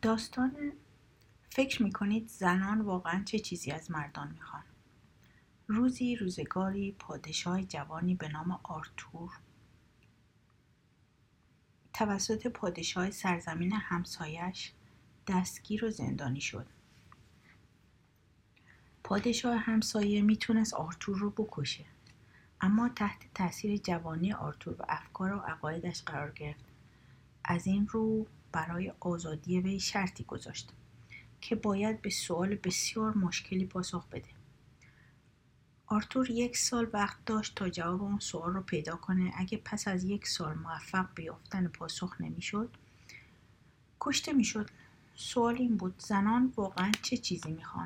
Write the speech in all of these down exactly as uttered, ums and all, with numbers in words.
داستان فکر میکنید زنان واقعا چه چیزی از مردان میخوان؟ روزی روزگاری پادشاه جوانی به نام آرتور توسط پادشاه سرزمین همسایش دستگیر و زندانی شد. پادشاه همسایه میتونست آرتور رو بکشه، اما تحت تاثیر جوانی آرتور و افکار و عقایدش قرار گرفت. از این رو برای آزادی وی شرطی گذاشت که باید به سوال بسیار مشکلی پاسخ بده. آرتور یک سال وقت داشت تا جواب اون سوال رو پیدا کنه. اگه پس از یک سال موفق به یافتن پاسخ نمیشد، کشته میشد. سوال این بود: زنان واقعا چه چیزی میخوان؟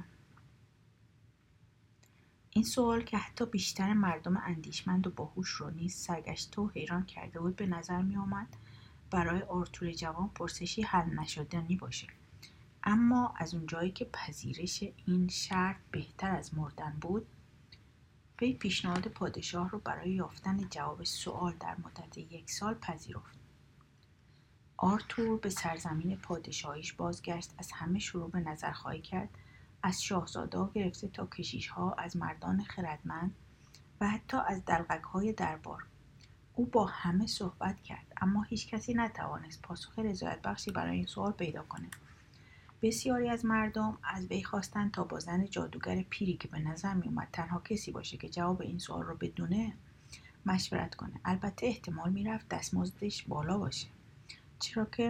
این سوال که حتی بیشتر مردم اندیشمند و باهوش رو نیز سرگشته و حیران کرده بود، به نظر می آمد برای آرتور جوان پرسشی حل نشدنی باشه. اما از اونجایی که پذیرش این شرط بهتر از مردن بود، وی پیشنهاد پادشاه رو برای یافتن جواب سوال در مدت یک سال پذیرفت. آرتور به سرزمین پادشاهیش بازگشت. از همه شروع به نظرخواهی کرد، از شاهزاده‌ها گرفته تا کشیش‌ها، از مردان خردمند و حتی از دلقک‌های دربار. او با همه صحبت کرد، اما هیچ کسی نتوانست پاسخ رضایت بخشی برای این سوال پیدا کنه. بسیاری از مردم از وی خواستند تا با زن جادوگر پیری که به نظر می اومد تنها کسی باشه که جواب این سوال رو بدونه مشورت کنه. البته احتمال می رفت دستمزدش بالا باشه، چرا که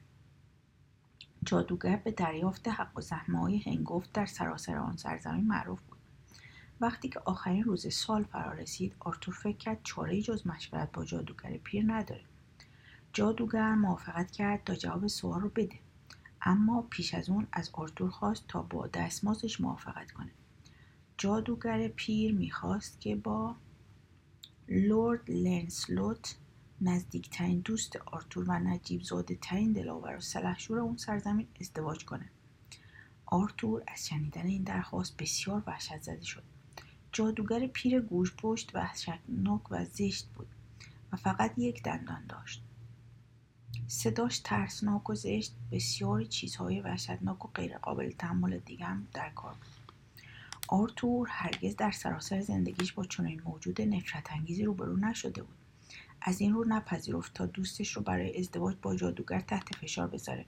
جادوگر به دریافت حق و سهم‌های هنگفت در سراسر آن سرزمین معروف بود. وقتی که آخرین روز سال فرا رسید، آرتور فکر کرد چاره‌ای جز مشورت با جادوگر پیر نداره. جادوگر موافقت کرد تا جواب سوال رو بده، اما پیش از اون از آرتور خواست تا با دستمزدش موافقت کنه. جادوگر پیر میخواست که با لورد لنسلوت، نزدیکترین دوست آرتور و نجیب زاده ترین دلاور و سلحشور اون سرزمین، ازدواج کنه. آرتور از شنیدن این درخواست بسیار وحشت زده شد. جادوگر پیر گوژپشت وحشتناک و زشت بود و فقط یک دندان داشت. صداش ترسناک و زشت، بسیاری چیزهای وحشتناک و غیر قابل تحمل دیگه هم در کار بود. آرتور هرگز در سراسر زندگیش با چنین موجود نفرت انگیزی روبرو نشده بود. از این رو نپذیرفت تا دوستش رو برای ازدواج با جادوگر تحت فشار بذاره.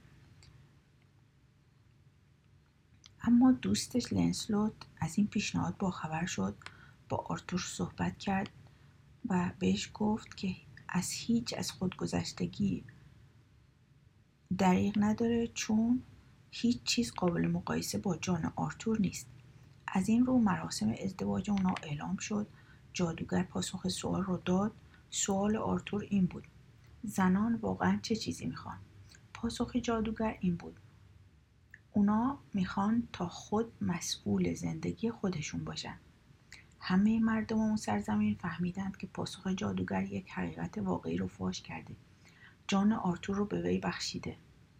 اما دوستش لنسلوت از این پیشنهاد باخبر شد، با آرتور صحبت کرد و بهش گفت که از هیچ از خودگذشتگی دریغ نداره، چون هیچ چیز قابل مقایسه با جان آرتور نیست. از این رو مراسم ازدواج اونا اعلام شد. جادوگر پاسخ سوال رو داد. سوال آرتور این بود: زنان واقعا چه چیزی میخوان؟ پاسخ جادوگر این بود: اونا میخوان تا خود مسئول زندگی خودشون باشن. همه مردم اون سرزمین فهمیدند که پاسخ جادوگر یک حقیقت واقعی رو فاش کرده. جان آرتور رو به وی بخشیده.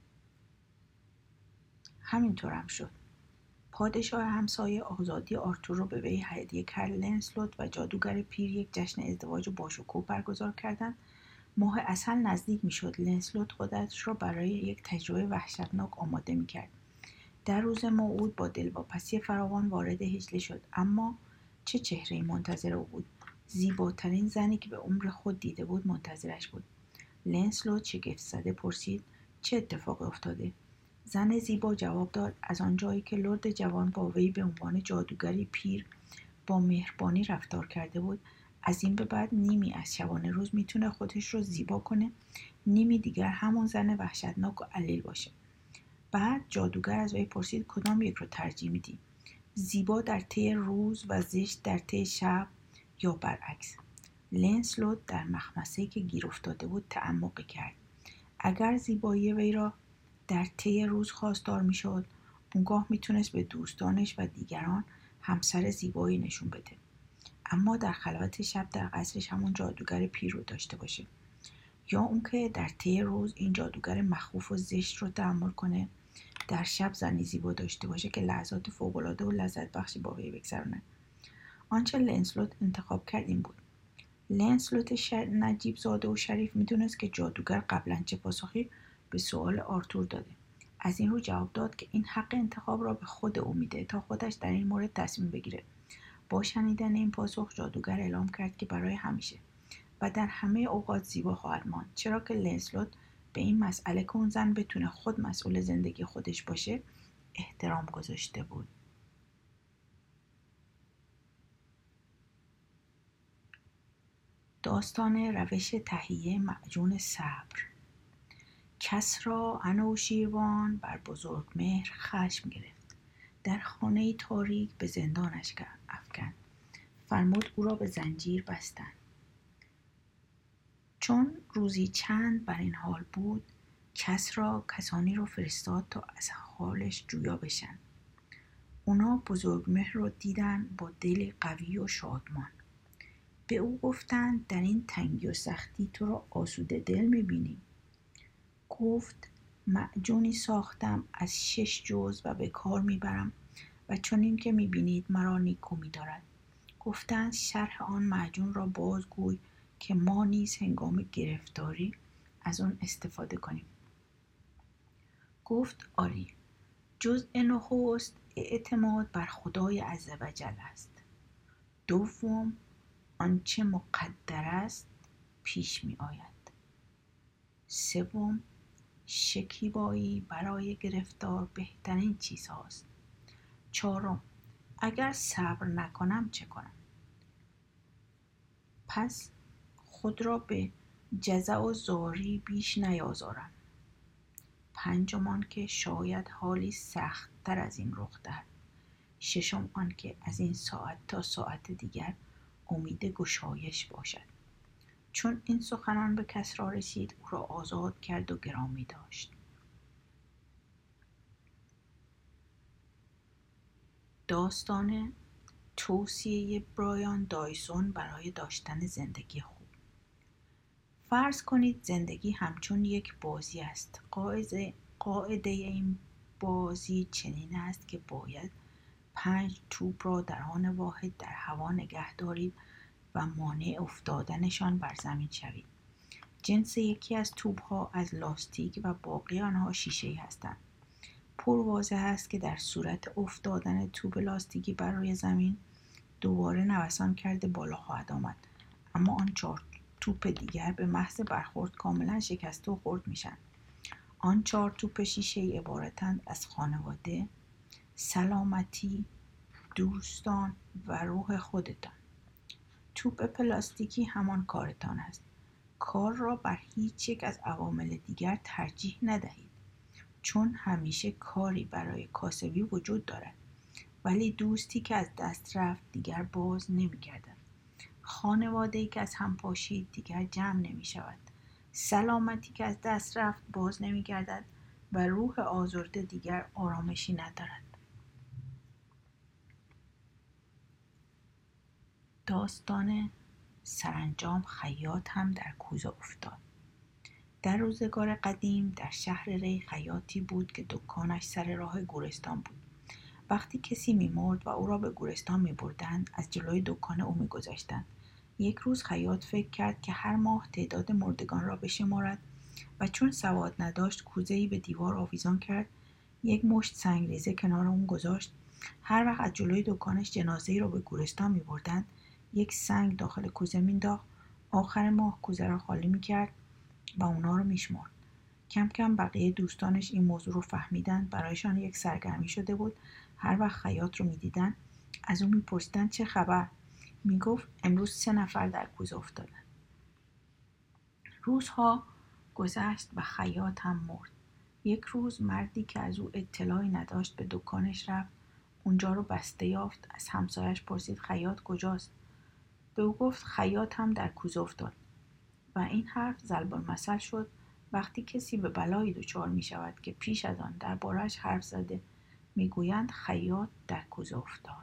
همینطور هم شد. پادشاه همسایه آزادی آرتور رو به وی هدیه کرد. لنسلوت و جادوگر پیر یک جشن ازدواج باشکوه برگزار کردند. ماه عسل نزدیک میشد. لنسلوت خودش را برای یک تجربه وحشتناک آماده میکرد. در روز موعود با دلواپسی فراوان وارد حجله شد، اما چه چهره‌ای منتظر او بود؟ زیباترین زنی که به عمر خود دیده بود منتظرش بود. لنسلوت شگفت زده پرسید: چه اتفاقی افتاده؟ زن زیبا جواب داد: از آنجایی که لرد جوان با وی به عنوان جادوگری پیر با مهربانی رفتار کرده بود، از این به بعد نیمی از شبانه روز میتونه خودش رو زیبا کنه، نیمی دیگر همون زن وحشتناک و علیل باشه. بعد جادوگر از وی پرسید: کدام یک رو ترجیح میدی؟ زیبا در طی روز و زشت در طی شب، یا برعکس؟ لنسلوت در مخمسه‌ای که گیر افتاده بود تعمقی کرد. اگر زیبایی وی را در طی روز خواستار میشد، اونگاه میتونست به دوستانش و دیگران همسر زیبایی نشون بده، اما در خلوت شب در قصرش همون جادوگر پیر رو داشته باشه. یا اون که در طی روز این جادوگر مخوف و زشت رو تحمل کنه، در شب زنی زیبا داشته باشه که لحظات فوق‌العاده و لذت بخشی با وی بگذرونه. آنچه لنسلوت انتخاب کرد این بود. لنسلوت شر... نجیب زاده و شریف میدونست که جادوگر قبلا چه پاسخی به سوال آرتور داده. از این رو جواب داد که این حق انتخاب را به خود او میده تا خودش در این مورد تصمیم بگیره. با شنیدن این پاسخ جادوگر اعلام کرد که برای همیشه و در همه اوقات زیبا خواهد ماند، چرا که لنسلوت به این مسئله که اون زن بتونه خود مسئول زندگی خودش باشه احترام گذاشته بود. داستان روش تهیه معجون صبر. کسری انوشیروان بر بزرگمهر خشم گرفت. در خانه تاریک به زندانش افکند. فرمود او را به زنجیر بستند. چون روزی چند بر این حال بود، کسری کسانی را فرستاد تا از حالش جویا بشن. اونا بزرگمهر را دیدن با دل قوی و شادمان. به او گفتند در این تنگی و سختی تو را آسوده دل میبینیم. گفت معجونی ساختم از شش جز و به کار میبرم و چون این که میبینید مرا نیکو میدارد. گفتند شرح آن معجون را بازگوی که ما نیز هنگام گرفتاری از آن استفاده کنیم. گفت آری. جزء نخست اعتماد بر خدای عزوجل است. دوم آنچه مقدر است پیش می آید. سوم شکیبایی برای گرفتار بهترین چیز هاست. چهارم اگر صبر نکنم چه کنم؟ پس خود را به جزع و زاری بیش نیازارم. پنجم آن که شاید حالی سخت تر از این رخ دهد. ششم آن که از این ساعت تا ساعت دیگر امید گشایش باشد. چون این سخنان به کسری رسید او را آزاد کرد و گرامی داشت. داستان توصیه برایان دایسون برای داشتن زندگی خوب. فرض کنید زندگی همچون یک بازی است. قاعده قاعده این بازی چنین است که باید پنج توپ را در آن واحد در هوا نگه دارید و مانع افتادنشان بر زمین شوید. جنس یکی از توپ ها از لاستیک و باقی آنها شیشه‌ای هستند. پر واضح است که در صورت افتادن توپ لاستیکی بر روی زمین دوباره نوسان کرده بالا خواهد آمد، اما آن چهار توپ دیگر به محض برخورد کاملا شکسته و خرد میشن. آن چهار توپ شیشه‌ای عبارتند از خانواده، سلامتی، دوستان و روح خودتان. توپ پلاستیکی همان کارتان است. کار را بر هیچ یک از عوامل دیگر ترجیح ندهید، چون همیشه کاری برای کاسبی وجود دارد، ولی دوستی که از دست رفت دیگر باز نمی گردد. خانواده‌ای که از هم پاشید دیگر جمع نمی شود. سلامتی که از دست رفت باز نمی گردد و روح آزرده دیگر آرامشی ندارد. داستان سرانجام خیاط هم در کوزه افتاد. در روزگار قدیم در شهر ری خیاطی بود که دکانش سر راه گورستان بود. وقتی کسی می‌مرد و او را به گورستان می‌بردند، از جلوی دکان او می‌گذشتند. یک روز خیاط فکر کرد که هر ماه تعداد مردگان را بشمارد و چون سواد نداشت کوزه‌ای به دیوار آویزان کرد، یک مشت سنگریزه کنار اون گذاشت. هر وقت از جلوی دکانش جنازه‌ای را به گورستان می‌بردند، یک سنگ داخل کوزه مینداخت. آخر ماه کوزه را خالی می‌کرد و اونا رو میشمرد. کم کم بقیه دوستانش این موضوع رو فهمیدن. برایشان یک سرگرمی شده بود. هر وقت خیاط رو میدیدن از اون میپرسیدن چه خبر؟ میگفت امروز سه نفر در کوزه افتادن. روزها گذشت و خیاط هم مرد. یک روز مردی که از او اطلاعی نداشت به دکانش رفت. اونجا رو بسته یافت. از همسایش پرسید خیاط کجاست؟ به او گفت خیاط هم در کوزه افتاد. و این حرف ضرب المثل شد. وقتی کسی به بلایی دچار می شود که پیش از آن درباره‌اش حرف زده، میگویند خیاط در کوزه افتاد.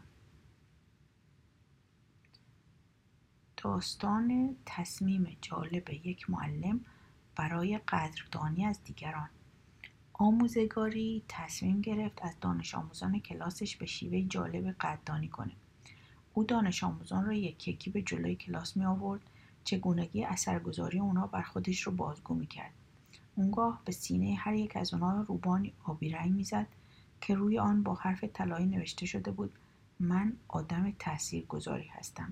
داستان تصمیم جالب یک معلم برای قدردانی از دیگران. آموزگاری تصمیم گرفت از دانش آموزان کلاسش به شیوه جالب قدردانی کنه. او دانش آموزان را یکی یکی به جلوی کلاس می آورد، چگونگی اثرگذاری اونا بر خودش رو بازگو می کرد. اونگاه به سینه هر یک از اونها روبانی آبی رنگ میزد که روی آن با حرف طلایی نوشته شده بود: من آدم تاثیرگذاری هستم.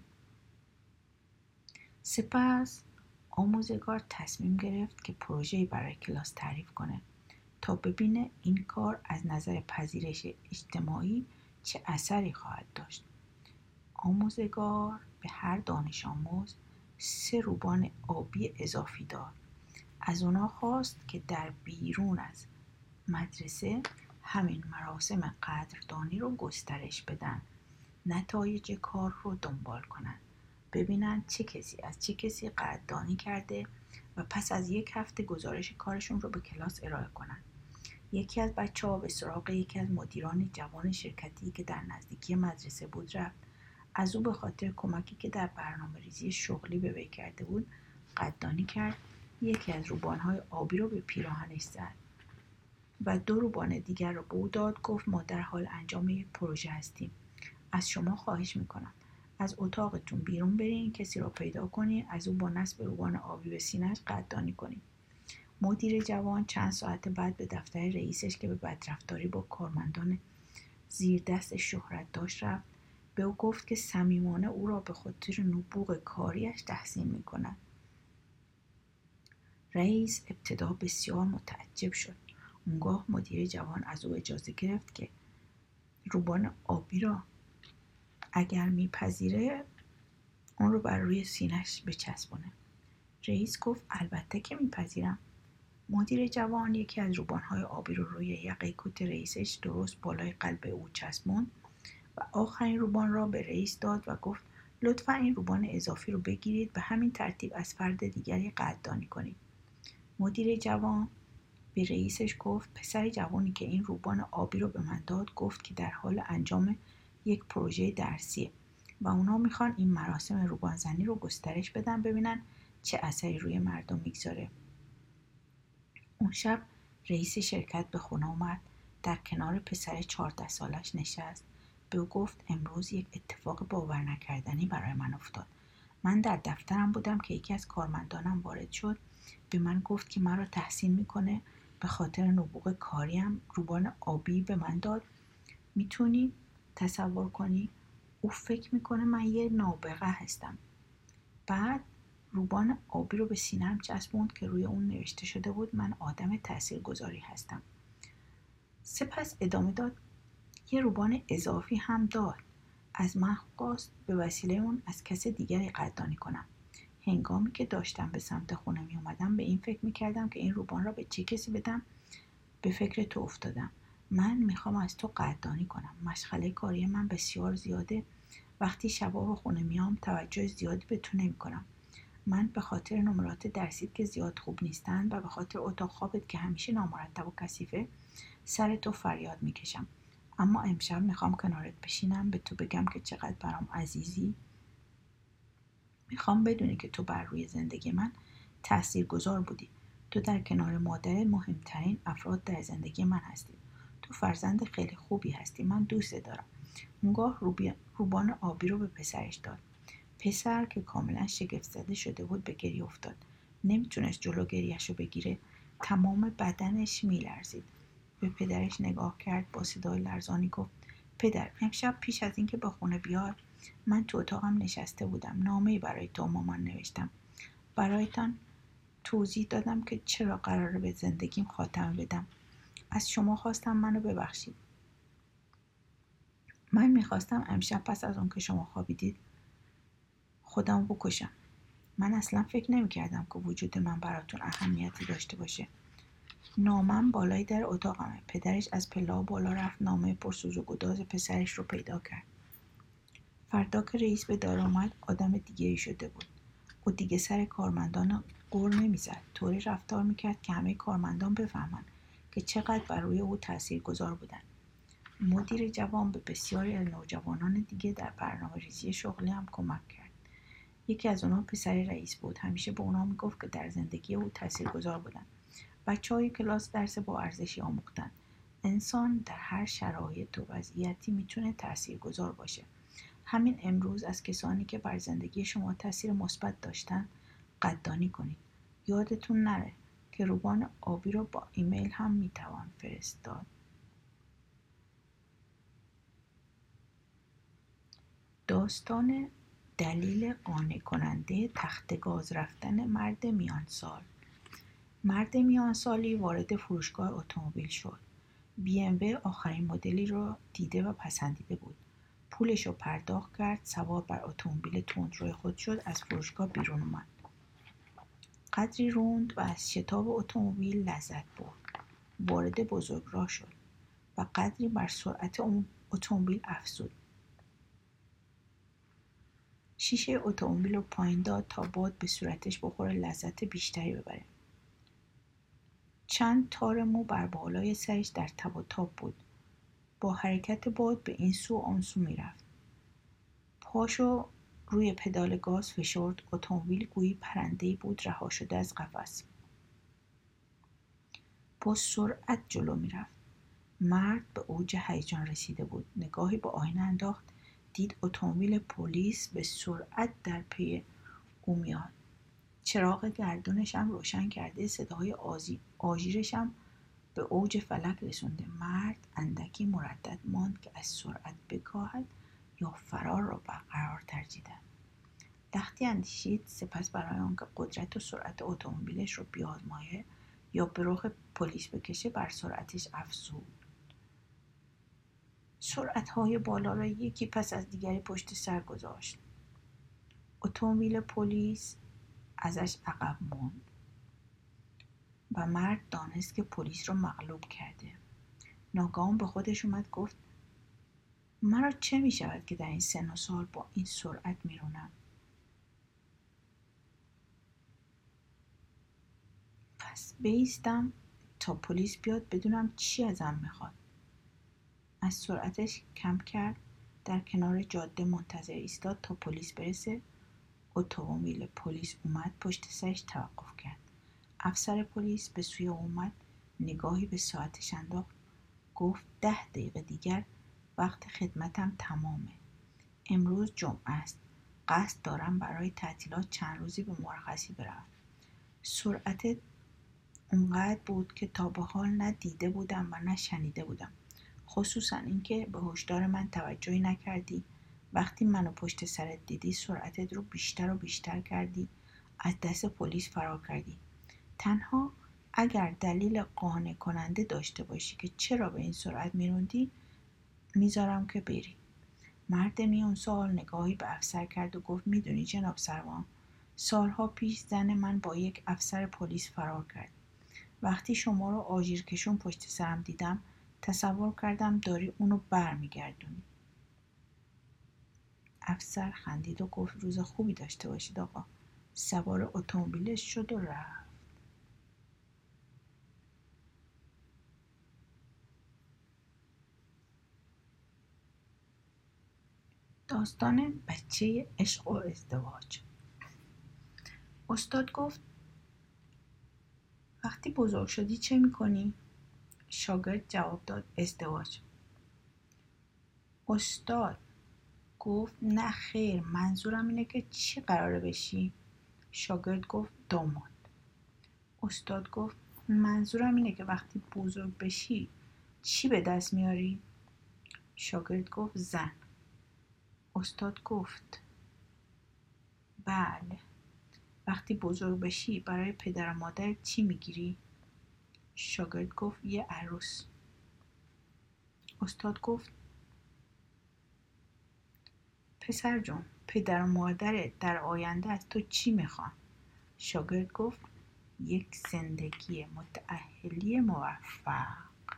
سپس آموزگار تصمیم گرفت که پروژه‌ای برای کلاس تعریف کنه تا ببینه این کار از نظر پذیرش اجتماعی چه اثری خواهد داشت. آموزگار به هر دانش آموز سه روبان آبی اضافی داد. از اونا خواست که در بیرون از مدرسه همین مراسم قدردانی رو گسترش بدن، نتایج کار رو دنبال کنن، ببینن چه کسی از چه کسی قدردانی کرده و پس از یک هفته گزارش کارشون رو به کلاس ارائه کنن. یکی از بچه ها به سراغ یکی از مدیران جوان شرکتی که در نزدیکی مدرسه بود رفت. از او به خاطر کمکی که در برنامه ریزی شغلی به وی کرده بود قدردانی کرد. یکی از روبانهای آبی رو به پیراهنش زد و دو روبان دیگر رو به او داد. گفت ما در حال انجام یک پروژه هستیم. از شما خواهش میکنم از اتاقتون بیرون برین، کسی را پیدا کنین، از او با نصب روبان آبی به سینه‌اش قدردانی کنین. مدیر جوان چند ساعت بعد به دفتر رئیسش که به بدرفتاری با کارمندان زیر دست شهرت داشت رفت. به او گفت که صمیمانه او را به خاطر نبوغ کاریش تحسین میکند. رئیس ابتدا بسیار متعجب شد. اونگاه مدیر جوان از او اجازه گرفت که روبان آبی را اگر میپذیره اون رو بر روی سینه‌اش بچسبونه. رئیس گفت البته که میپذیرم. مدیر جوان یکی از روبان‌های آبی رو روی یقه کت رئیسش درست بالای قلب او چسبوند و آخرین روبان را به رئیس داد و گفت لطفاً این روبان اضافی رو بگیرید، به همین ترتیب از فرد دیگری قدردانی کنید. مدیر جوان به رئیسش گفت پسر جوانی که این روبان آبی رو به من داد گفت که در حال انجام یک پروژه درسیه و اونا میخوان این مراسم روبان زنی رو گسترش بدن، ببینن چه اثری روی مردم میگذاره. اون شب رئیس شرکت به خونه اومد، در کنار پسر چهارده سالش نشست. به او گفت امروز یک اتفاق باور نکردنی برای من افتاد. من در دفترم بودم که یکی از کارمندانم وارد شد، به من گفت که مرا تحسین میکنه، به خاطر نبوغ کاریم روبان آبی به من داد. میتونی تصور کنی؟ او فکر میکنه من یه نابغه هستم. بعد روبان آبی رو به سینه‌ام چسبوند که روی اون نوشته شده بود من آدم تاثیرگذاری هستم. سپس ادامه داد یه روبان اضافی هم داد. از من خواست به وسیله اون از کس دیگری قدردانی کنم. هنگامی که داشتم به سمت خونه می اومدم به این فکر می کردم که این روبان را به چه کسی بدم. به فکر تو افتادم. من میخوام از تو قدردانی کنم. مشغله کاری من بسیار زیاده. وقتی شبا به خونه میام توجه زیادی به تو نمی کنم. من به خاطر نمرات درسیت که زیاد خوب نیستن و به خاطر اتاق خوابت که همیشه نامرتب و کثیفه سر تو فریاد میکشم. اما امشب میخوام کنارت بشینم به تو بگم که چقدر برام عزیزی. میخوام بدونی که تو بر روی زندگی من تاثیرگذار بودی. تو در کنار مادر مهمترین افراد در زندگی من هستی. تو فرزند خیلی خوبی هستی. من دوست دارم. اونگاه روبان آبی رو به پسرش داد. پسر که کاملا شگفت زده شده بود به گریه افتاد. نمیتونست جلو گریه‌شو رو بگیره. تمام بدنش میلرزید. به پدرش نگاه کرد، با صدای لرزانی گفت پدر، امشب پیش از اینکه به خونه بیای من تو اتاقم نشسته بودم. نامه‌ای برای تو مامان نوشتم. برایتان توضیح دادم که چرا قراره به زندگیم خاتمه بدم. از شما خواستم منو ببخشید. من میخواستم امشب پس از اون که شما خوابیدید خودم بکشم. من اصلا فکر نمی کردم که وجود من براتون اهمیتی داشته باشه. نامم بالای در اتاقمه. پدرش از پله بالا رفت، نامه پرسوز و گداز پسرش رو پیدا کرد. فردا که رئیس به دار آمد آدم دیگه‌ای شده بود. او دیگه سر کارمندان غر نمیزد. طوری رفتار میکرد که همه کارمندان بفهمن که چقدر بر روی او تاثیرگذار بودن. مدیر جوان به بسیاری از نوجوانان دیگه در برنامه‌ریزی شغلی هم کمک کرد. یکی از اونها پسر رئیس بود. همیشه به اونها میگفت که در زندگی او تاثیرگذار بودن. بچه‌های کلاس درس با ارزشی آموختن. انسان در هر شرایط و وضعیتی میتونه تاثیرگذار باشه. همین امروز از کسانی که بر زندگی شما تاثیر مثبت داشتن قدردانی کنید. یادتون نره که روبان آبی را با ایمیل هم میتوان فرستاد. داستان دلیل قانع کننده تخت گاز رفتن مرد میان سال. مرد میان سالی وارد فروشگاه اتومبیل شد. بی ام و آخرین مدلی را دیده و پسندیده بود. پولش را پرداخت کرد، سوار بر اتومبیل تندروی خود شد، از فروشگاه بیرون اومد. قدری روند و از شتاب اتومبیل لذت برد. وارد بزرگراه شد و قدری بر سرعت اتومبیل افزود. شیشه اتومبیل رو پایین داد تا باد به صورتش بخوره، لذت بیشتری ببره. چند تار مو بر بالای سرش در تب و تاب بود. با حرکت باد به این سو آن سو میرفت. پاشو روی پدال گاز فشرد. اتومبیل گویی پرنده‌ای بود رها شده از قفس. با سرعت جلو میرفت. مرد به اوج هیجان رسیده بود. نگاهی به آینه انداخت، دید اتومبیل پلیس به سرعت در پی او میاد. چراغ گردونش هم روشن کرده، صداهای آژیرش هم به اوج فلک رسونده. مرد اندکی مردد ماند که از سرعت بکاهد یا فرار را برقرار ترجیح دهد. لختی اندیشید، سپس برای آنکه قدرت و سرعت اتومبیلش را بیازمایه یا به رخ پلیس بکشه، بر سرعتش افزود. سرعت‌های بالا را یکی پس از دیگری پشت سر گذاشت. اتومبیل پلیس ازش عقب ماند و مرد دانست که پلیس رو مغلوب کرده. ناگهان به خودش اومد، گفت مرا چه می شود که در این سن و سال با این سرعت می رونم؟ پس بایستم تا پلیس بیاد بدونم چی ازم میخواد. از سرعتش کم کرد، در کنار جاده منتظر ایستاد تا پلیس برسه. اتومبیل پلیس اومد، پشت سرش توقف کرد. افسر پلیس به سوی اومد، نگاهی به ساعتش انداخت، گفت ده دقیقه دیگر وقت خدمتم تمامه. امروز جمعه است. قصد دارم برای تعطیلات چند روزی به مرخصی برم. سرعت اونقدر بود که تا به حال نه دیده بودم و نه شنیده بودم. خصوصا اینکه به هشدار من توجهی نکردی. وقتی منو پشت سرت دیدی سرعتت رو بیشتر و بیشتر کردی، از دست پلیس فرار کردی. تنها اگر دلیل قانع کننده داشته باشی که چرا به این سرعت میروندی، میذارم که بری. مرد میون سال نگاهی به افسر کرد و گفت میدونی جناب سروان، سالها پیش زن من با یک افسر پلیس فرار کرد. وقتی شما رو آژیرکشون پشت سرم دیدم، تصور کردم داری اونو بر میگردونی. افسر خندید و گفت روز خوبی داشته باشید آقا. سوار اتومبیلش شد و رفت. داستان بچه عشق و ازدواج. استاد گفت وقتی بزرگ شدی چه میکنی؟ شاگرد جواب داد ازدواج. استاد گفت نه خیر، منظورم اینه که چی قراره بشی؟ شاگرد گفت داماد. استاد گفت منظورم اینه که وقتی بزرگ بشی چی به دست میاری؟ شاگرد گفت زن. استاد گفت بله. وقتی بزرگ بشی برای پدر و مادر چی میگیری؟ شاگرد گفت یه عروس. استاد گفت پسر جون، پدر و مادرت در آینده از تو چی میخوان؟ شاگرد گفت یک زندگی متأهلی موفق.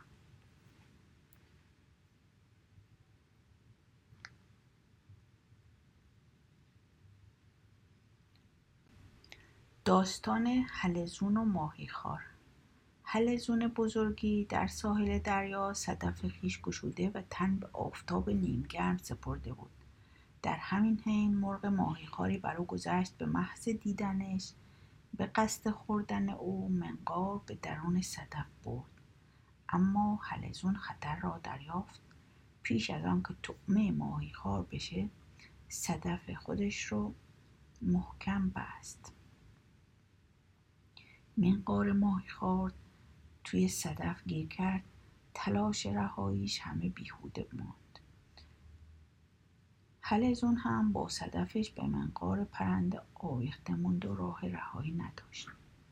داستان حلزون و ماهیخوار. حلزون بزرگی در ساحل دریا صدف خویش گشوده و تن به آفتاب نیمگرم سپرده بود. در همین حین مرغ ماهیخواری بر او گذشت. به محض دیدنش به قصد خوردن او منقار به درون صدف برد. اما حلزون خطر را دریافت. پیش از آن که طعمه ماهیخوار بشه، صدف خودش رو محکم بست. منقار ماهیخوار توی صدف گیر کرد. تلاش رهاییش همه بیهوده ماند. حلزون هم با صدفش به منقار پرنده آویخته موند و راه رهایی نداشت.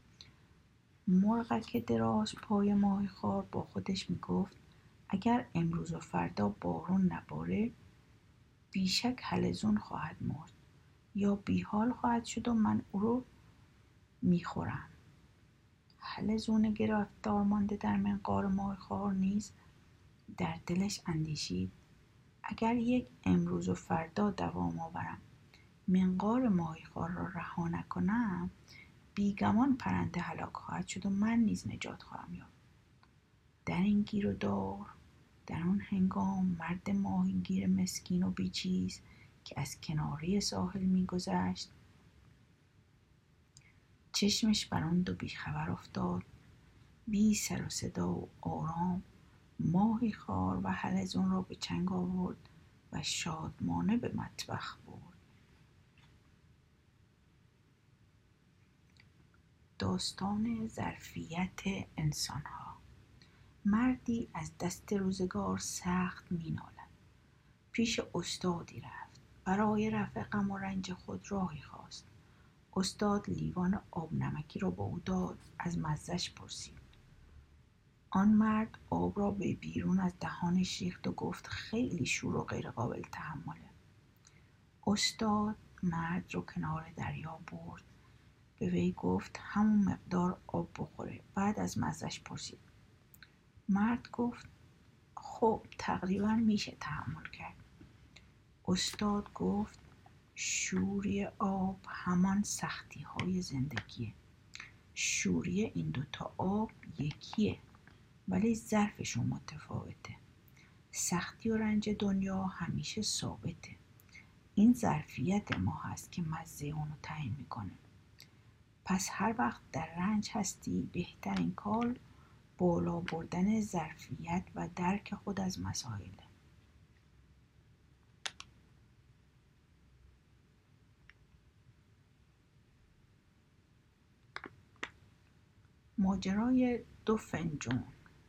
مرغک دراز پای ماهیخوار با خودش میگفت اگر امروز و فردا بارون نباره بیشک حلزون خواهد مرد یا بیحال خواهد شد و من او رو میخورم. حلزون گرفتار مانده در منقار ماهیخوار نیز در دلش اندیشید اگر یک امروز و فردا دوام آورم منقار ماهیخوار را رها نکنم بیگمان پرنده هلاک خواهد شد و من نیز نجات خواهم یافت. در این گیر و دار در آن هنگام مرد ماهیگیر مسکین و بیچیز که از کناره ساحل میگذشت چشمش بر آن دو بیخبر افتاد. بی سر و صدا و آرام ماهیخوار و حلزون را به چنگ آورد و شادمانه به مطبخ برد. داستان ظرفیت انسانها. مردی از دست روزگار سخت مینالد. پیش استادی رفت. برای رفع غم و رنج خود راهی خواست. استاد لیوان آب نمکی را به او داد. از مزه‌اش پرسید. آن مرد آب را به بیرون از دهانش ریخت و گفت خیلی شور و غیر قابل تحمله. استاد مرد رو کنار دریا برد. به وی گفت همون مقدار آب بخوره. بعد از مزه‌اش پرسید. مرد گفت خب تقریبا میشه تحمل کرد. استاد گفت شوری آب همان سختی های زندگیه. شوری این دوتا آب یکیه ولی ظرفشون متفاوته. سختی و رنج دنیا همیشه ثابته. این ظرفیت ما هست که مزه اونو تعیین میکنه. پس هر وقت در رنج هستی بهترین کار بالا بردن ظرفیت و درک خود از مسائله. ماجرای دو فنجون.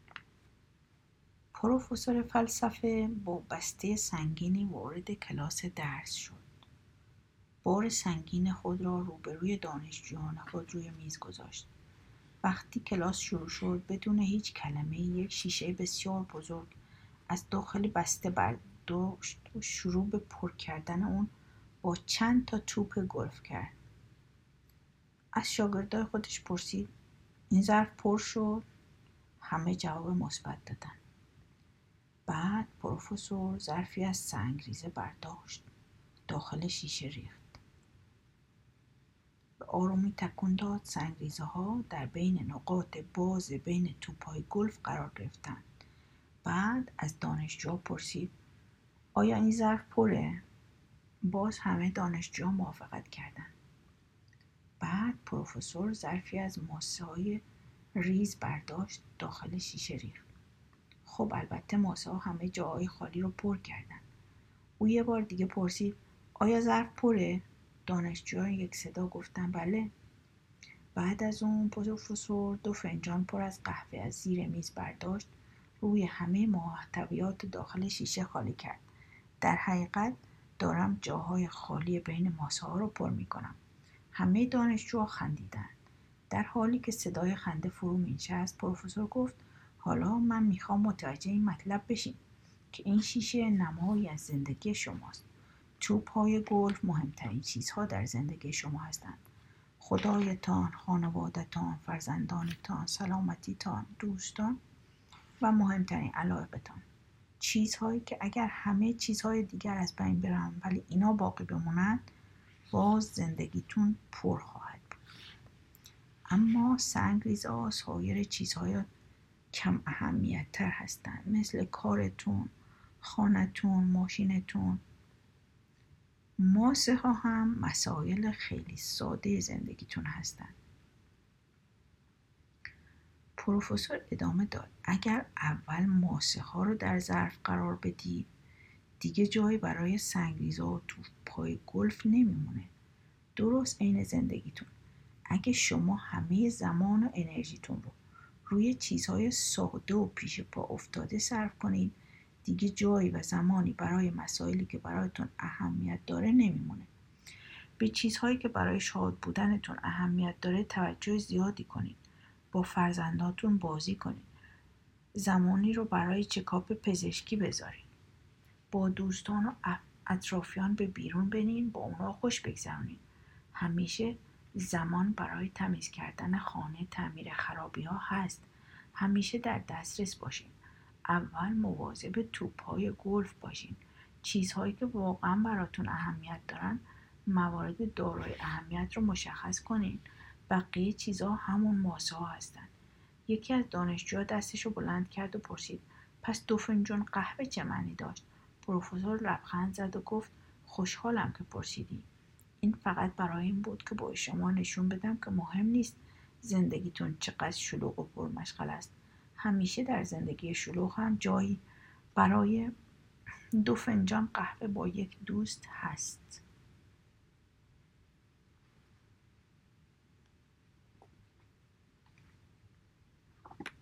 پروفسور فلسفه با بسته سنگینی وارد کلاس درس شد. بار سنگین خود را روبروی دانشجویان خود روی میز گذاشت. وقتی کلاس شروع شد بدون هیچ کلمه یک شیشه بسیار بزرگ از داخل بسته برداشت و شروع به پر کردن اون با چند تا توپ گلف کرد. از شاگردای خودش پرسید این ظرف پر شد؟ همه جواب مثبت دادن. بعد پروفسور ظرفی از سنگریزه برداشت. داخل شیشه ریخت. به آرومی تکون داد. سنگریزه ها در بین نقاط باز بین توپ‌های گلف قرار گرفتند. بعد از دانشجوها پرسید آیا این ظرف پره؟ باز همه دانشجوها موافقت کردند. بعد پروفسور ظرفی از ماسه‌های ریز برداشت. داخل شیشه ریخت. خب البته ماسه‌ها همه جاهای خالی رو پر کردن. او یه بار دیگه پرسید آیا ظرف پره؟ دانشجوها یک صدا گفتن بله. بعد از اون پروفسور دو فنجان پر از قهوه از زیر میز برداشت. روی همه محتویات داخل شیشه خالی کرد. در حقیقت دارم جاهای خالی بین ماسه‌ها رو پر میکنم. همه دانشجوها خندیدن. در حالی که صدای خنده فرو مینشست پروفسور گفت حالا من میخوام متوجه این مطلب بشین که این شیشه نمایی از زندگی شماست. توپ‌های گلف مهمترین چیزها در زندگی شما هستند. خدایتان، خانوادتان، فرزندانتان، سلامتیتان، دوستان و مهمترین علایقتان. چیزهایی که اگر همه چیزهای دیگر از بین برن ولی اینا باقی بمونند باز زندگیتون پر خواهد بود. اما سنگریزه‌ها سایر چیزهای کم اهمیت تر هستند مثل کارتون، خانتون، ماشینتون. ماسه ها هم مسائل خیلی ساده زندگیتون هستند. پروفسور ادامه داد اگر اول ماسه ها رو در ظرف قرار بدی دیگه جایی برای سنگریزه و توپ‌های گلف نمیمونه. درست عین زندگیتون. اگه شما همه زمان و انرژیتون رو روی چیزهای ساده و پیش پا افتاده صرف کنین، دیگه جایی و زمانی برای مسائلی که برایتون اهمیت داره نمیمونه. به چیزهایی که برای شاد بودنتون اهمیت داره توجه زیادی کنین. با فرزنداتون بازی کنین. زمانی رو برای چکاپ پزشکی بذارین. با دوستان و اطرافیان به بیرون برین، با اونا خوش بگذرونین. همیشه زمان برای تمیز کردن خانه، تعمیر خرابی ها هست. همیشه در دسترس باشین. اول مواظب توپ‌های گلف باشین. چیزهایی که واقعا براتون اهمیت دارن، موارد دارای اهمیت رو مشخص کنین. بقیه چیزها همون ماسه ها هستن. یکی از دانشجوها دستش رو بلند کرد و پرسید: پس دو فنجان قهوه چه معنی داشت؟ پروفسور لبخند زد و گفت: خوشحالم که پرسیدی. این فقط برای این بود که با شما نشون بدم که مهم نیست زندگیتون چقدر شلوغ و پرمشغله است. همیشه در زندگی شلوغ هم جایی برای دو فنجان قهوه با یک دوست هست.